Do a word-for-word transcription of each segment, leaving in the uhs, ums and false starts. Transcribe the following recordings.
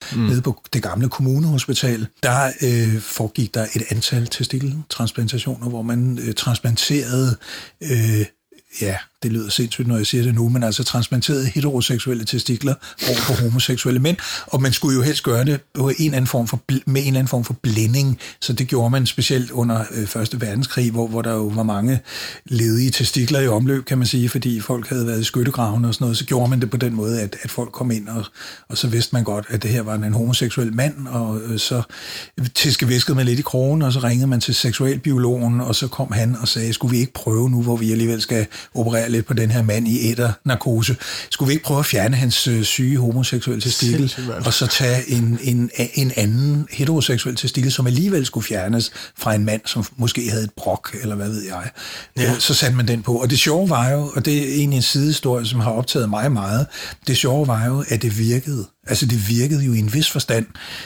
mm. nede på det gamle kommunehospital, der øh, foregik der et antal testikeltransplantationer, hvor man øh, transplanterede øh, ja, det lyder sindssygt, når jeg siger det nu, men altså transplanterede heteroseksuelle testikler over for homoseksuelle mænd, og man skulle jo helst gøre det på en eller anden form for, med en eller anden form for blænding, så det gjorde man specielt under øh, Første Verdenskrig, hvor, hvor der jo var mange ledige testikler i omløb, kan man sige, fordi folk havde været i skyttegravene og sådan noget, så gjorde man det på den måde, at, at folk kom ind, og, og så vidste man godt, at det her var en homoseksuel mand, og øh, så tiskeviskede man lidt i krogen, og så ringede man til seksualbiologen, og så kom han og sagde, skulle vi ikke prøve nu, hvor vi alligevel skal operere lidt på den her mand i æternarkose. Skulle vi ikke prøve at fjerne hans øh, syge homoseksuelle testikel, og så tage en, en, en anden heteroseksuel testikel, som alligevel skulle fjernes fra en mand, som måske havde et brok, eller hvad ved jeg. Ja. Så satte man den på. Og det sjove var jo, og det er egentlig en sidehistorie, som har optaget mig meget, det sjove var jo, at det virkede. Altså det virkede jo i en vis forstand,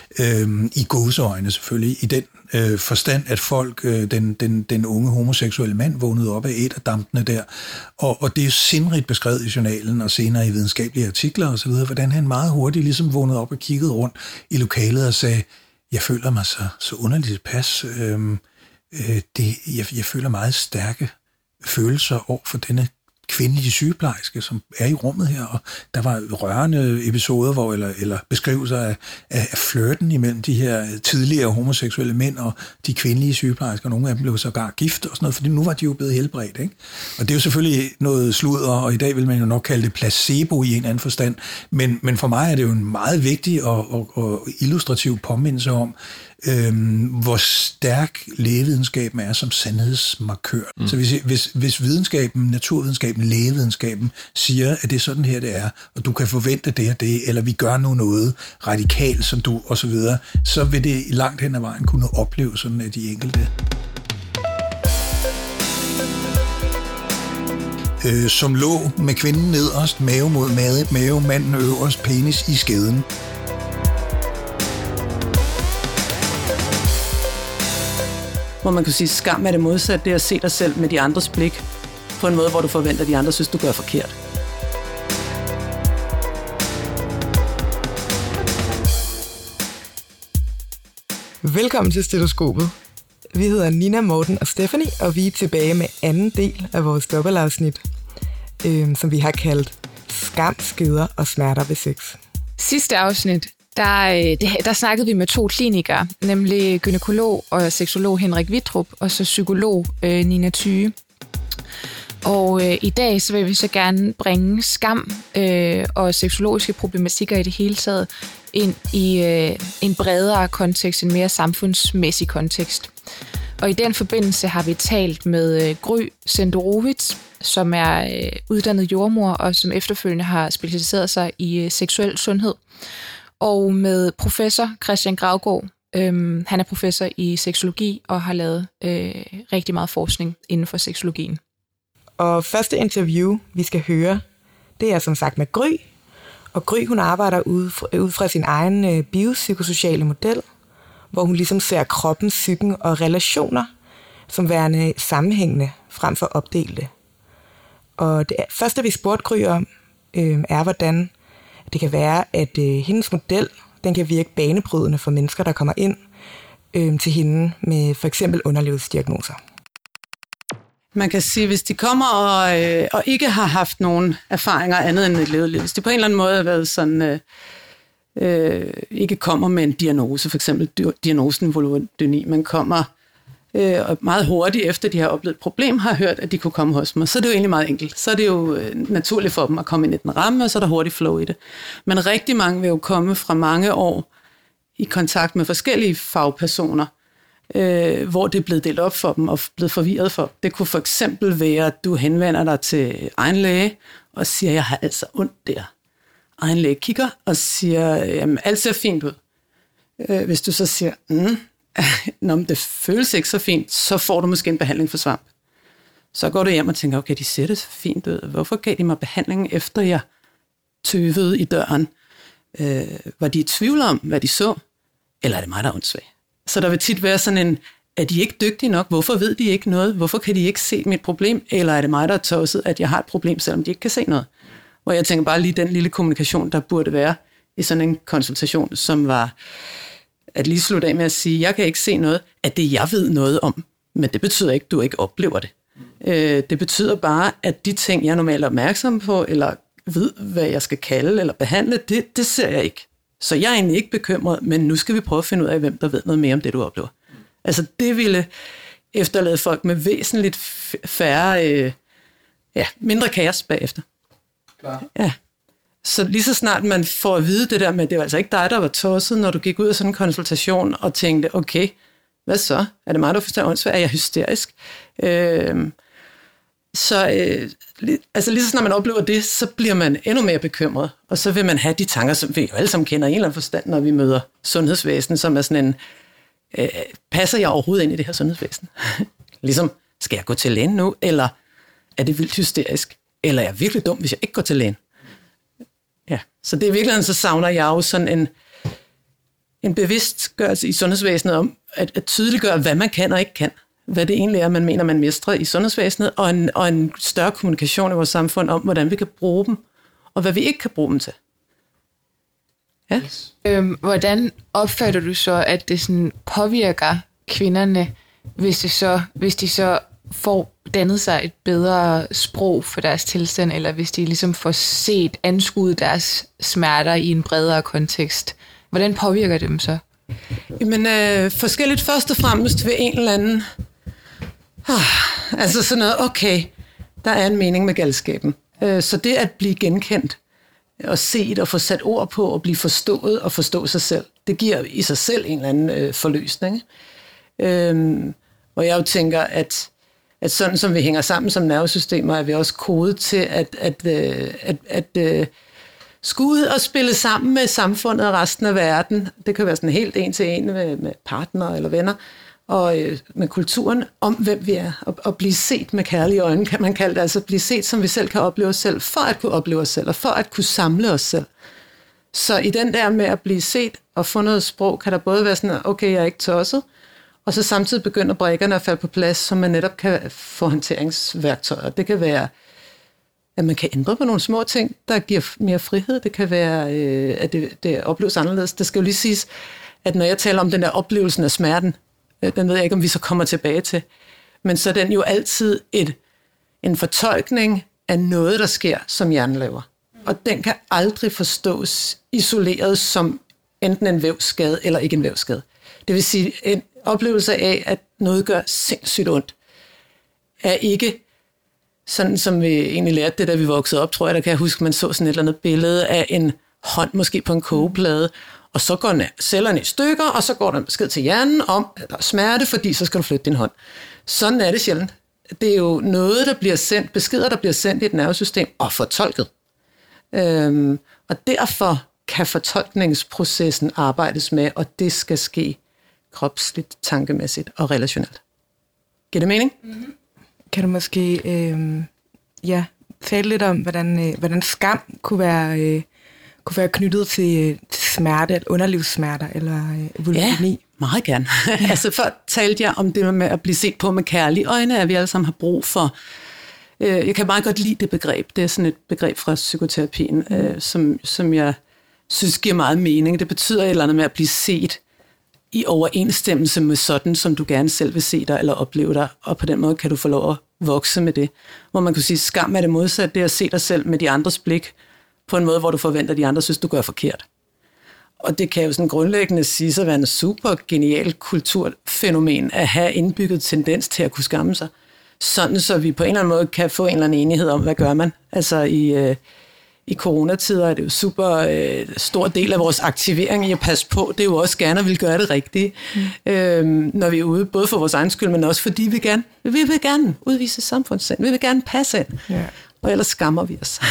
øh, i gåseøjne selvfølgelig, i den øh, forstand, at folk, øh, den, den, den unge homoseksuelle mand, vågnede op af æterdampene der, og, og det er jo sindrigt beskrevet i journalen, og senere i videnskabelige artikler osv., hvordan han meget hurtigt ligesom vågnede op og kiggede rundt i lokalet og sagde, jeg føler mig så, så underligt pas, øh, øh, det, jeg, jeg føler meget stærke følelser over for denne kvindelige sygeplejerske, som er i rummet her, og der var rørende episoder, hvor, eller, eller beskrivelser af, af, af flirten imellem de her tidligere homoseksuelle mænd og de kvindelige sygeplejersker. Nogle af dem blev sågar gift og sådan noget, fordi nu var de jo blevet helbredt, ikke? Og det er jo selvfølgelig noget sludder, og i dag vil man jo nok kalde det placebo i en eller anden forstand, men, men for mig er det jo en meget vigtig og, og, og illustrativ påmindelse om, Øhm, hvor stærk lægevidenskaben er som sandhedsmarkør. Mm. Så hvis, hvis, hvis videnskaben, naturvidenskaben, lægevidenskaben siger, at det er sådan her, det er, og du kan forvente det og det, eller vi gør nu noget radikalt, som du, og så videre, så vil det langt hen ad vejen kunne opleve sådan af de enkelte. Øh, som lå med kvinden nederst, mave mod mave, mave, manden øverst, penis i skeden. Hvor man kan sige, skam er det modsatte, det er at se dig selv med de andres blik, på en måde, hvor du forventer, at de andre synes, du gør forkert. Velkommen til Stetoskopet. Vi hedder Nina, Morten og Stephanie, og vi er tilbage med anden del af vores dobbeltafsnit, øh, som vi har kaldt Skam, skeder og smerter ved sex. Sidste afsnit, Der, der snakkede vi med to klinikere, nemlig gynækolog og seksolog Henrik Wittrup, og så psykolog øh, Nina Thyge. Og øh, i dag så vil vi så gerne bringe skam øh, og seksologiske problematikker i det hele taget ind i øh, en bredere kontekst, en mere samfundsmæssig kontekst. Og i den forbindelse har vi talt med øh, Gry Senderovitz, som er øh, uddannet jordmor og som efterfølgende har specialiseret sig i øh, seksuel sundhed. Og med professor Christian Gravgaard. Øhm, han er professor i seksologi og har lavet øh, rigtig meget forskning inden for seksologien. Og første interview, vi skal høre, det er som sagt med Gry. Og Gry, hun arbejder ud fra, ud fra sin egen øh, biopsykosociale model, hvor hun ligesom ser kroppen, psyken og relationer som værende sammenhængende frem for opdelte. Og det første, vi spurgte Gry om, øh, er, hvordan det kan være, at øh, hendes model, den kan virke banebrydende for mennesker, der kommer ind øh, til hende med for eksempel underlivsdiagnoser. Man kan sige, hvis de kommer og, øh, og ikke har haft nogen erfaringer andet end et levet liv, hvis de på en eller anden måde har været sådan, øh, øh, ikke kommer med en diagnose, for eksempel diagnosen vulvodyni, man kommer øh, og meget hurtigt efter de har oplevet et problem, har hørt, at de kunne komme hos mig, så er det jo egentlig meget enkelt. Så er det jo øh, naturligt for dem at komme ind i den ramme, og så er der hurtigt flow i det. Men rigtig mange vil jo komme fra mange år i kontakt med forskellige fagpersoner, øh, hvor det er blevet delt op for dem og blevet forvirret for. Det kunne for eksempel være, at du henvender dig til egen læge og siger, jeg har altså ondt der. Egen læge kigger og siger, jamen alt ser fint ud. Øh, hvis du så siger, mm, når det føles ikke så fint, så får du måske en behandling for svamp. Så går du hjem og tænker, okay, de ser det så fint ud. Hvorfor gav de mig behandling, efter jeg tøvede i døren? Øh, var de i tvivl om, hvad de så? Eller er det mig, der er åndssvag? Så der vil tit være sådan en, er de ikke dygtige nok? Hvorfor ved de ikke noget? Hvorfor kan de ikke se mit problem? Eller er det mig, der er tosset, at jeg har et problem, selvom de ikke kan se noget? Hvor jeg tænker bare lige den lille kommunikation, der burde være i sådan en konsultation, som var at lige slutte af med at sige, jeg kan ikke se noget af det, jeg ved noget om, men det betyder ikke, at du ikke oplever det. Øh, det betyder bare, at de ting, jeg normalt er opmærksom på, eller ved, hvad jeg skal kalde eller behandle, det, det ser jeg ikke. Så jeg er egentlig ikke bekymret, men nu skal vi prøve at finde ud af, hvem der ved noget mere om det, du oplever. Altså det ville efterlade folk med væsentligt færre, øh, ja, mindre kaos bagefter. Klar. Ja. Så lige så snart man får at vide det der med, det var altså ikke dig, der var tosset, når du gik ud af sådan en konsultation og tænkte, okay, hvad så? Er det mig, der forstår åndssvagt? Er jeg hysterisk? Øh, så øh, altså lige så snart man oplever det, så bliver man endnu mere bekymret, og så vil man have de tanker, som vi jo alle sammen kender i en eller anden forstand, når vi møder sundhedsvæsen, som er sådan en, øh, passer jeg overhovedet ind i det her sundhedsvæsen? Ligesom, skal jeg gå til lægen nu, eller er det vildt hysterisk? Eller er jeg virkelig dum, hvis jeg ikke går til lægen? Ja, så det er virkelig, så savner jeg jo sådan en, en bevidstgørelse i sundhedsvæsenet om, at, at tydeliggøre, hvad man kan og ikke kan. Hvad det egentlig er, man mener, man mestrer i sundhedsvæsenet, og en, og en større kommunikation i vores samfund om, hvordan vi kan bruge dem, og hvad vi ikke kan bruge dem til. Ja. Øhm, hvordan opfatter du så, at det sådan påvirker kvinderne, hvis, det så, hvis de så får dannet sig et bedre sprog for deres tilstand, eller hvis de ligesom får set, anskuet deres smerter i en bredere kontekst? Hvordan påvirker det dem så? Jamen, øh, forskelligt først og fremmest ved en eller anden... Ah, altså sådan noget, okay, der er en mening med galskaben. Øh, så det at blive genkendt, og set og få sat ord på, og blive forstået og forstå sig selv, det giver i sig selv en eller anden øh, forløsning. Øh, og jeg jo tænker, at, at sådan som vi hænger sammen som nervesystemer, er vi også kodet til at... at, øh, at, at øh, skulle ud og spille sammen med samfundet og resten af verden. Det kan være sådan helt en til en med, med partnere eller venner, og øh, med kulturen, om hvem vi er. Og, og blive set med kærlige øjne, kan man kalde det. Altså blive set, som vi selv kan opleve os selv, for at kunne opleve os selv, og for at kunne samle os selv. Så i den der med at blive set og få noget sprog, kan der både være sådan, okay, jeg er ikke tosset, og så samtidig begynder brikkerne at falde på plads, så man netop kan få håndteringsværktøjer. Det kan være, at man kan ændre på nogle små ting, der giver mere frihed. Det kan være, øh, at det, det opleves anderledes. Det skal jo lige siges, at når jeg taler om den der oplevelsen af smerten, øh, den ved jeg ikke, om vi så kommer tilbage til, men så er den jo altid et, en fortolkning af noget, der sker, som hjernen laver. Og den kan aldrig forstås isoleret som enten en vævsskade eller ikke en vævsskade. Det vil sige, en oplevelse af, at noget gør sindssygt ondt, er ikke sådan som vi egentlig lærte det, da vi voksede op, tror jeg, der kan jeg huske, man så sådan et eller andet billede af en hånd, måske på en kogeplade, og så går cellerne i stykker, og så går der en besked til hjernen om, at der er smerte, fordi så skal du flytte din hånd. Sådan er det sjældent. Det er jo noget, der bliver sendt, beskeder, der bliver sendt i et nervesystem, og fortolket. Øhm, og derfor kan fortolkningsprocessen arbejdes med, og det skal ske kropsligt, tankemæssigt og relationelt. Giver det mening? Mm-hmm. Kan du måske øh, ja, tale lidt om, hvordan, øh, hvordan skam kunne være, øh, kunne være knyttet til, til smerte, underlivssmerter eller øh, vulvani? Ja, meget gerne. altså før talte jeg om det med at blive set på med kærlige øjne, at vi alle sammen har brug for. Øh, jeg kan meget godt lide det begreb. Det er sådan et begreb fra psykoterapien, mm. øh, som, som jeg synes giver meget mening. Det betyder et eller andet med at blive set i overensstemmelse med sådan, som du gerne selv vil se dig eller opleve dig, og på den måde kan du få lov at vokse med det. Hvor man kan sige, skam er det modsatte, det er at se dig selv med de andres blik, på en måde, hvor du forventer, at de andre synes, du gør forkert. Og det kan jo sådan grundlæggende sige sig være en super genial kulturfænomen, at have indbygget tendens til at kunne skamme sig, sådan så vi på en eller anden måde kan få en eller anden enighed om, hvad gør man. Altså i... Øh, I coronatider er det jo super øh, stor del af vores aktivering i at passe på. Det er jo også gerne at ville gøre det rigtigt, mm. øhm, når vi er ude, både for vores egen skyld, men også fordi vi gerne, vi vil gerne udvise samfundssind. Vi vil gerne passe ind, yeah. og ellers skammer vi os.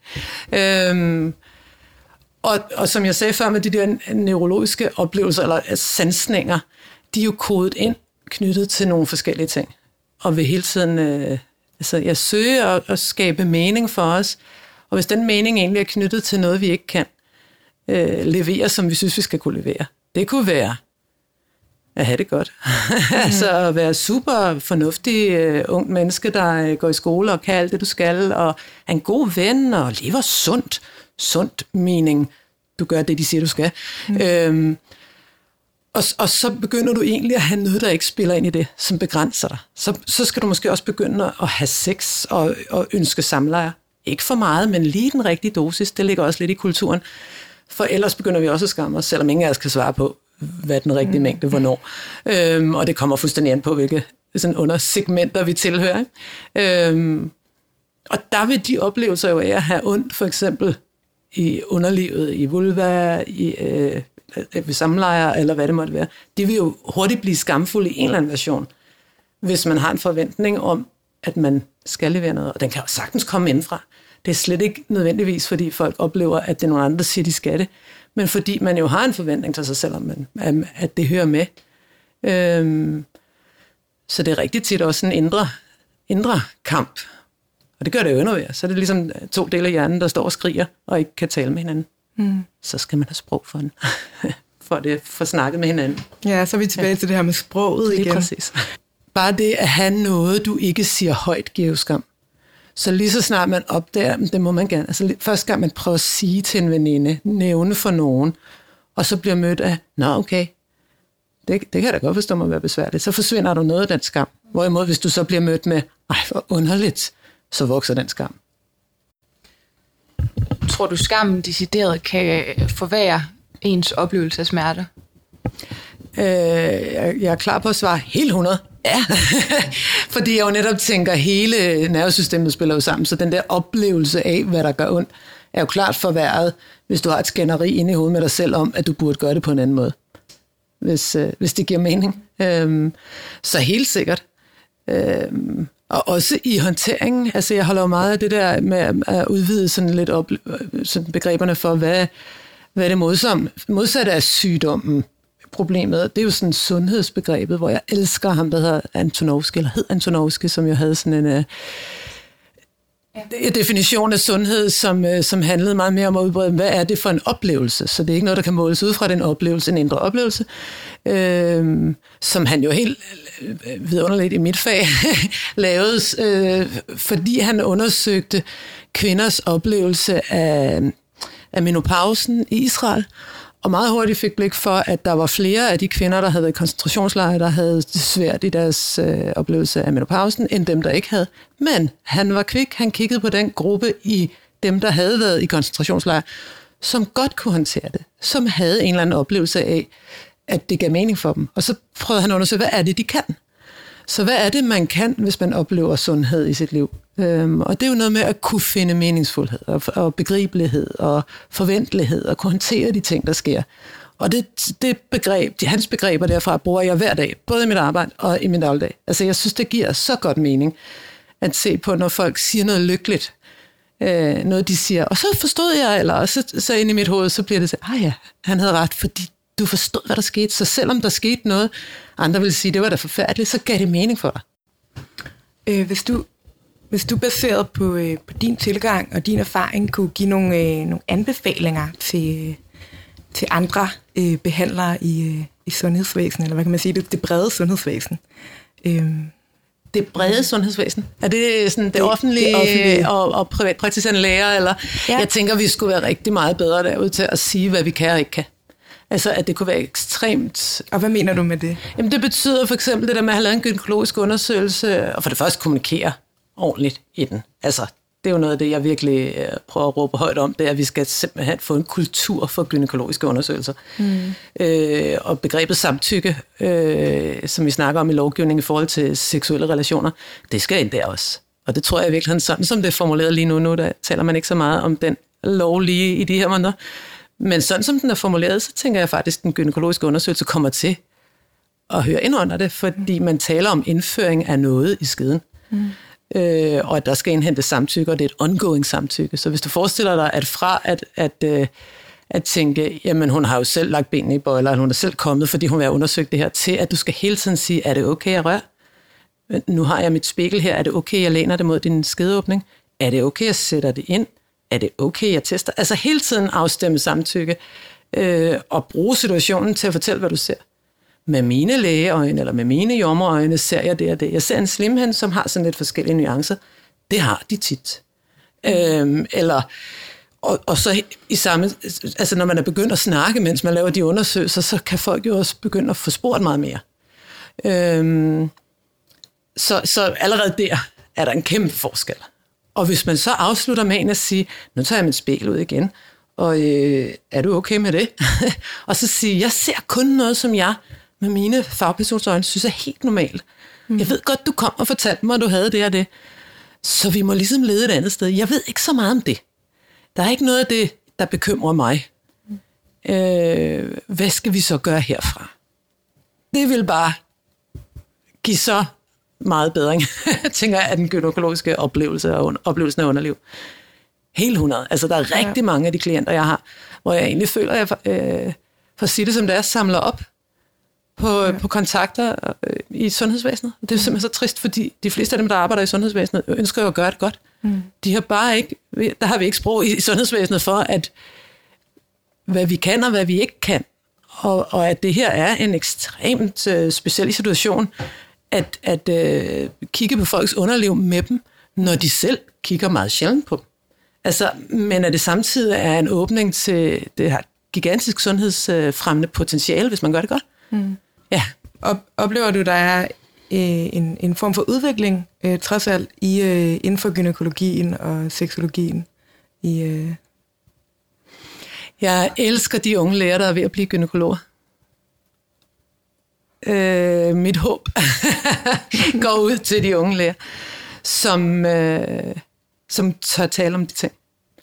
øhm, og, og som jeg sagde før med de der neurologiske oplevelser, eller sansninger, de er jo kodet ind, knyttet til nogle forskellige ting. Og vil hele tiden øh, altså, jeg søger at, at skabe mening for os. Og hvis den mening egentlig er knyttet til noget, vi ikke kan øh, levere, som vi synes, vi skal kunne levere. Det kunne være at have det godt. Mm. altså at være super fornuftig øh, ung menneske, der øh, går i skole og kan alt det, du skal, og er en god ven og lever sundt. Sundt mening du gør det, de siger, du skal. Mm. Øhm, og, og så begynder du egentlig at have noget, der ikke spiller ind i det, som begrænser dig. Så, så skal du måske også begynde at have sex og, og ønske samleje. Ikke for meget, men lige den rigtige dosis. Det ligger også lidt i kulturen. For ellers begynder vi også at skamme os, selvom ingen af os kan svare på, hvad den rigtige mm. mængde, hvornår. Øhm, og det kommer fuldstændig an på, hvilke sådan undersegmenter vi tilhører. Øhm, og der vil de oplevelser jo af at have ondt, for eksempel i underlivet, i vulva, i øh, ved samlejer, eller hvad det måtte være, de vil jo hurtigt blive skamfulde i en eller anden version, hvis man har en forventning om, at man skal levere noget. Og den kan jo sagtens komme indfra. Det er slet ikke nødvendigvis, fordi folk oplever, at det er nogle andre, der siger, de skal det, men fordi man jo har en forventning til sig selv, om man, at det hører med. Øhm, så det er rigtig tit også en indre, indre kamp. Og det gør det jo endnu mere. Så er det ligesom to dele af hjernen, der står og skriger, og ikke kan tale med hinanden. Mm. Så skal man have sprog for den. for det, for snakket med hinanden. Ja, så er vi tilbage ja. til det her med sproget igen. Lige præcis. Bare det at have noget, du ikke siger højt, giver jo skam. Så lige så snart man opdager, det må man gerne. Altså første gang man prøver at sige til en veninde, nævne for nogen, og så bliver mødt af, nå okay, det, det kan jeg da godt forstå mig være besværligt. Så forsvinder du noget af den skam. Hvorimod, hvis du så bliver mødt med, ej hvor underligt, så vokser den skam. Tror du, skammen decideret kan forværre ens oplevelse af smerte? Øh, jeg, jeg er klar på at svare helt hundrede. Ja, fordi jeg jo netop tænker, at hele nervesystemet spiller jo sammen, så den der oplevelse af, hvad der gør ondt, er jo klart forværret, hvis du har et skænderi inde i hovedet med dig selv om, at du burde gøre det på en anden måde, hvis, øh, hvis det giver mening. Øhm, så helt sikkert. Øhm, og også i håndteringen, altså jeg holder jo meget af det der med at udvide sådan lidt op, sådan begreberne for, hvad, hvad er det modsatte, modsatte af sygdommen. Problemet, det er jo sådan sundhedsbegrebet, hvor jeg elsker ham, der hedder Antonovsky, eller hed Antonovsky, som jo havde sådan en uh, definition af sundhed, som, uh, som handlede meget mere om at udbrede, hvad er det for en oplevelse? Så det er ikke noget, der kan måles ud fra den oplevelse, en indre oplevelse, uh, som han jo helt uh, vidunderligt i mit fag lavede, uh, fordi han undersøgte kvinders oplevelse af, af menopausen i Israel, og meget hurtigt fik blik for, at der var flere af de kvinder, der havde været i koncentrationslejre, der havde det svært i deres øh, oplevelse af menopausen, end dem, der ikke havde. Men han var kvik, han kiggede på den gruppe i dem, der havde været i koncentrationslejre, som godt kunne håndtere det, som havde en eller anden oplevelse af, at det gav mening for dem. Og så prøvede han at undersøge, hvad er det, de kan? Så hvad er det, man kan, hvis man oplever sundhed i sit liv? Øhm, og det er jo noget med at kunne finde meningsfuldhed og, og begribelighed og forventelighed og kunne håndtere de ting, der sker. Og det, det begreb, de, hans begreber derfra, bruger jeg hver dag, både i mit arbejde og i min dagligdag. Altså jeg synes, det giver så godt mening at se på, når folk siger noget lykkeligt, øh, noget de siger, og så forstod jeg, eller så, så ind i mit hoved, så bliver det så, ah ja, han havde ret, fordi du forstod, hvad der skete. Så selvom der skete noget, andre vil sige, det var da forfærdeligt, så gav det mening for dig. Øh, hvis du Hvis du baseret på, øh, på din tilgang og din erfaring kunne give nogle, øh, nogle anbefalinger til, til andre øh, behandlere i, øh, i sundhedsvæsenet, eller hvad kan man sige, det, det brede sundhedsvæsen. Øh, det brede sundhedsvæsen? Er det sådan det, det offentlige, det offentlige. Og, og privatpraktiserende læger? Eller? Ja. Jeg tænker, vi skulle være rigtig meget bedre derude til at sige, hvad vi kan og ikke kan. Altså, at det kunne være ekstremt... Og hvad mener du med det? Jamen, det betyder for eksempel det der med at have lavet en gynækologisk undersøgelse, og for det første kommunikere ordentligt i den. Altså, det er jo noget af det, jeg virkelig øh, prøver at råbe højt om, det er, at vi skal simpelthen få en kultur for gynækologiske undersøgelser. Mm. Øh, og begrebet samtykke, øh, som vi snakker om i lovgivning i forhold til seksuelle relationer, det skal ind der også. Og det tror jeg virkelig, sådan som det er formuleret lige nu, nu der taler man ikke så meget om den lov lige i de her måneder. Men sådan som den er formuleret, så tænker jeg faktisk, at den gynækologiske undersøgelse kommer til at høre ind under det, fordi man taler om indføring af noget i skeden. Mm. Øh, og at der skal indhentes samtykke, og det er et ongoing samtykke. Så hvis du forestiller dig, at fra at, at, at, at tænke, jamen hun har jo selv lagt benene i bøjler, hun er selv kommet, fordi hun vil have undersøgt det her, til at du skal hele tiden sige, er det okay, jeg rører? Nu har jeg mit spiekel her, er det okay, jeg læner det mod din skedeåbning? Er det okay, jeg sætter det ind? Er det okay, jeg tester? Altså hele tiden afstemme samtykke, øh, og bruge situationen til at fortælle, hvad du ser. Med mine lægeøjne, eller med mine jommerøjne, ser jeg det og det. Jeg ser en slimhinde, som har sådan lidt forskellige nuancer. Det har de tit. Mm. Øhm, eller og, og så i samme, altså når man er begyndt at snakke, mens man laver de undersøgelser, så kan folk jo også begynde at få spurgt meget mere. Øhm, så, så allerede der er der en kæmpe forskel. Og hvis man så afslutter med en at sige, nu tager jeg mit spejl ud igen, og øh, er du okay med det? Og så sige, jeg ser kun noget, som jeg med mine fagpersoners øjne synes er helt normalt. Mm. Jeg ved godt, du kom og fortalte mig, at du havde det og det. Så vi må ligesom lede et andet sted. Jeg ved ikke så meget om det. Der er ikke noget af det, der bekymrer mig. Mm. Øh, hvad skal vi så gøre herfra? Det vil bare give så meget bedring, tænker jeg, af den gynækologiske oplevelse og oplevelsen af underliv. Helt hundrede. Altså, der er rigtig ja. mange af de klienter, jeg har, hvor jeg egentlig føler, at jeg øh, for at sige det som det er, samler op på, ja. på kontakter øh, i sundhedsvæsenet. Det er simpelthen så trist, fordi de fleste af dem, der arbejder i sundhedsvæsenet, ønsker jo at gøre det godt. Mm. De har bare ikke, der har vi ikke sprog i sundhedsvæsenet for, at hvad vi kan og hvad vi ikke kan. Og, og at det her er en ekstremt øh, speciel situation, at, at øh, kigge på folks underliv med dem, når de selv kigger meget sjældent på dem. Altså, men at det samtidig er en åbning til det her gigantisk sundhedsfremmende potentiale, hvis man gør det godt. Mm. Ja. Op, oplever du, der er øh, en, en form for udvikling, øh, trods alt, i, øh, inden for gynækologien og seksologien? I, øh... Jeg elsker de unge læger, der er ved at blive gynækologer. Øh, mit håb går ud til de unge læger, som, øh, som tør tale om de ting.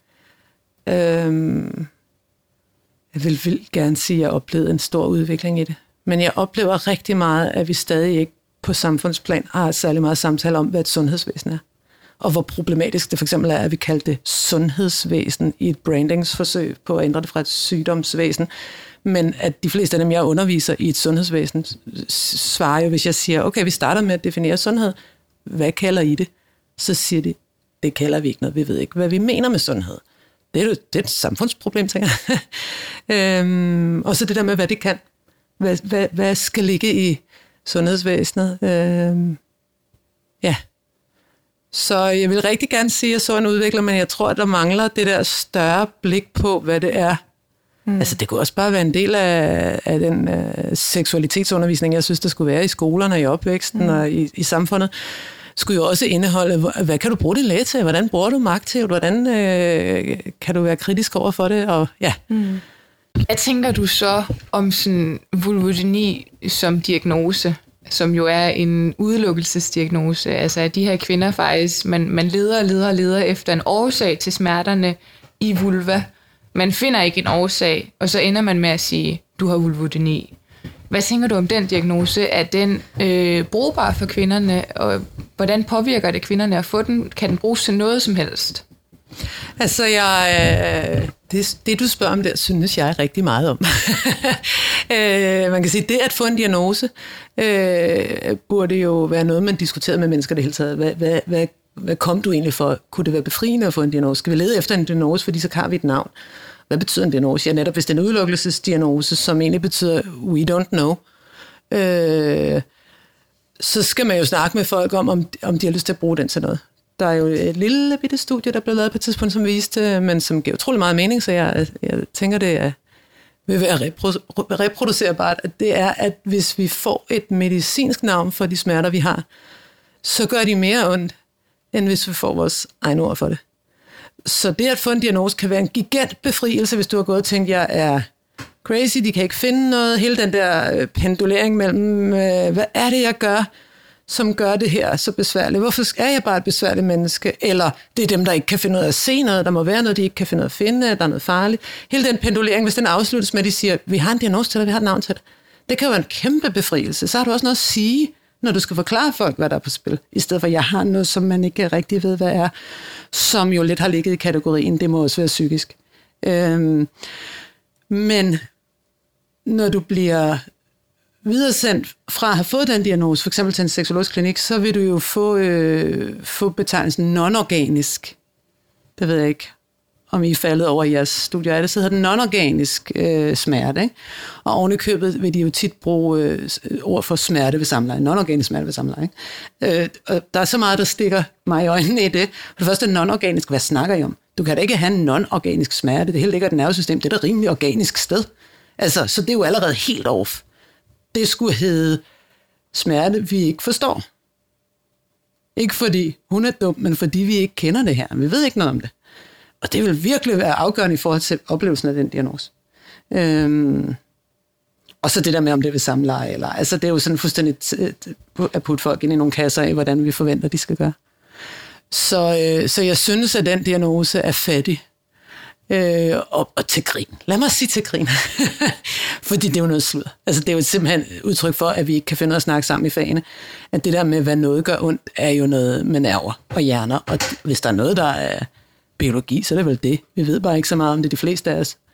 Øh, jeg vil, vil gerne sige, at jeg har oplevet en stor udvikling i det. Men jeg oplever rigtig meget, at vi stadig ikke på samfundsplan har særlig meget samtale om, hvad et sundhedsvæsen er. Og hvor problematisk det for eksempel er, at vi kalder det sundhedsvæsen i et brandingsforsøg på at ændre det fra et sygdomsvæsen. Men at de fleste af dem, jeg underviser i et sundhedsvæsen, svarer jo, hvis jeg siger, okay, vi starter med at definere sundhed. Hvad kalder I det? Så siger de, det kalder vi ikke noget. Vi ved ikke, hvad vi mener med sundhed. Det er jo det er et samfundsproblem, tænker jeg. øhm, og så det der med, hvad det kan. Hvad, hvad, hvad skal ligge i sundhedsvæsenet? Øhm, ja. Så jeg vil rigtig gerne sige, at jeg så en udvikler, men jeg tror, at der mangler det der større blik på, hvad det er. Mm. Altså, det kunne også bare være en del af, af den uh, seksualitetsundervisning, jeg synes, der skulle være i skolerne, i opvæksten mm. og i, i samfundet. Skulle jo også indeholde, hvad kan du bruge din læge til? Hvordan bruger du magt til? Hvordan øh, kan du være kritisk over for det? Og, ja. Mm. Hvad tænker du så om sådan vulvodyni som diagnose, som jo er en udelukkelsesdiagnose? Altså, at de her kvinder faktisk, man, man leder og leder og leder efter en årsag til smerterne i vulva. Man finder ikke en årsag, og så ender man med at sige, du har vulvodyni. Hvad tænker du om den diagnose? Er den øh, brugbar for kvinderne, og hvordan påvirker det kvinderne at få den? Kan den bruges til noget som helst? Altså, jeg, øh, det, det du spørger om der, synes jeg rigtig meget om. øh, man kan sige, det at få en diagnose, øh, burde jo være noget, man diskuterer med mennesker det hele taget. Hvad, hvad, hvad, hvad kom du egentlig for? Kunne det være befriende at få en diagnose? Skal vi lede efter en diagnose, fordi så har vi et navn? Hvad betyder en diagnose? Ja, netop hvis det er en udelukkelsesdiagnose, som egentlig betyder, we don't know, øh, så skal man jo snakke med folk om, om, om de har lyst til at bruge den til noget. Der er jo et lille bitte studie, der blev lavet på et tidspunkt, som viste, men som giver utrolig meget mening, så jeg, jeg tænker, det er, vil være repro- reproducerbart, at det er, at hvis vi får et medicinsk navn for de smerter, vi har, så gør de mere ondt, end hvis vi får vores egen ord for det. Så det at få en diagnose kan være en gigant befrielse, hvis du har gået og tænkt, jeg er crazy, de kan ikke finde noget. Hele den der pendulering mellem, øh, hvad er det, jeg gør, som gør det her så besværligt? Hvorfor er jeg bare et besværligt menneske? Eller det er dem, der ikke kan finde ud af at se noget, der må være noget, de ikke kan finde ud af at finde, der er noget farligt. Hele den pendulering, hvis den afsluttes med, at de siger, vi har en diagnose til dig, vi har et navn til dig. Det kan jo være en kæmpe befrielse. Så har du også noget at sige, når du skal forklare folk, hvad der er på spil. I stedet for, at jeg har noget, som man ikke rigtig ved, hvad er, som jo lidt har ligget i kategorien, det må også være psykisk. Øhm, men når du bliver videresendt fra at have fået den diagnose, for eksempel til en sexologisk klinik, så vil du jo få, øh, få betegnelsen non-organisk. Det ved jeg ikke, om I er faldet over i jeres studier af det, så hedder den non-organisk øh, smerte. Ikke? Og oven i købet vil de jo tit bruge øh, ord for smerte ved samleje. Non-organisk smerte ved samleje. Ikke? Øh, og der er så meget, der stikker mig i øjnene i det. For det første, non-organisk, hvad snakker I om? Du kan da ikke have en non-organisk smerte. Det hele ligger i et nervesystem. Det er da rimelig organisk sted. Altså, så det er jo allerede helt off. Det skulle hedde smerte, vi ikke forstår. Ikke fordi hun er dum, men fordi vi ikke kender det her. Vi ved ikke noget om det. Og det vil virkelig være afgørende i forhold til oplevelsen af den diagnose. Øhm, og så det der med, om det er ved samleje. Eller, altså, det er jo sådan fuldstændig at putte folk ind i nogle kasser af, hvordan vi forventer, de skal gøre. Så, øh, så jeg synes, at den diagnose er fattig. Øh, og, og til grin. Lad mig sige til grin. Fordi det er jo noget sludder. Altså, det er jo simpelthen udtryk for, at vi ikke kan finde ud af at snakke sammen i fagene. At det der med, hvad noget gør ondt, er jo noget med nerver og hjerner. Og hvis der er noget, der er biologi, så er det vel det. Vi ved bare ikke så meget om det, de fleste af os.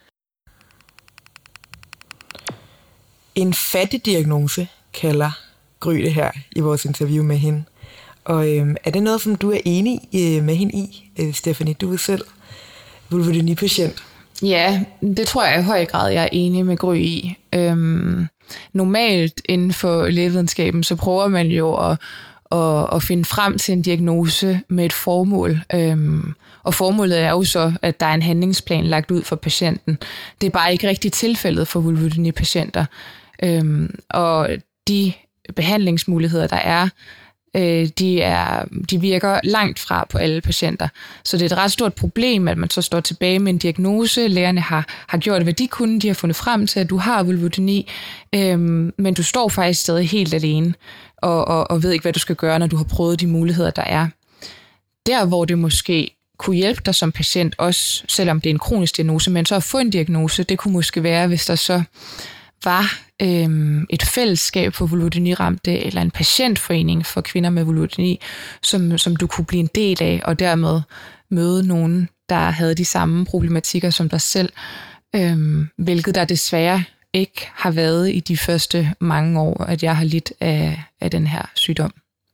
En fattig diagnose kalder Gry det her i vores interview med hende. Og øhm, er det noget, som du er enig øh, med hende i, øh, Stephanie? Du er selv vulvodyni-patient. Ja, det tror jeg i høj grad, jeg er enig med Gry i. Øhm, normalt inden for lægevidenskaben, så prøver man jo at, at, at finde frem til en diagnose med et formål. Øhm, og formålet er jo så, at der er en handlingsplan lagt ud for patienten. Det er bare ikke rigtig tilfældet for vulvodyni-patienter. Øhm, og de behandlingsmuligheder, der er, De, er, de virker langt fra på alle patienter. Så det er et ret stort problem, at man så står tilbage med en diagnose. Lægerne har, har gjort, hvad de kunne. De har fundet frem til, at du har vulvodyni, øhm, men du står faktisk stadig helt alene og, og, og ved ikke, hvad du skal gøre, når du har prøvet de muligheder, der er. Der, hvor det måske kunne hjælpe dig som patient, også selvom det er en kronisk diagnose, men så at få en diagnose, det kunne måske være, hvis der så var øhm, et fællesskab for vulvodyni-ramte, eller en patientforening for kvinder med vulvodyni, som, som du kunne blive en del af, og dermed møde nogen, der havde de samme problematikker som dig selv, øhm, hvilket der desværre ikke har været i de første mange år, at jeg har lidt af, af den her sygdom.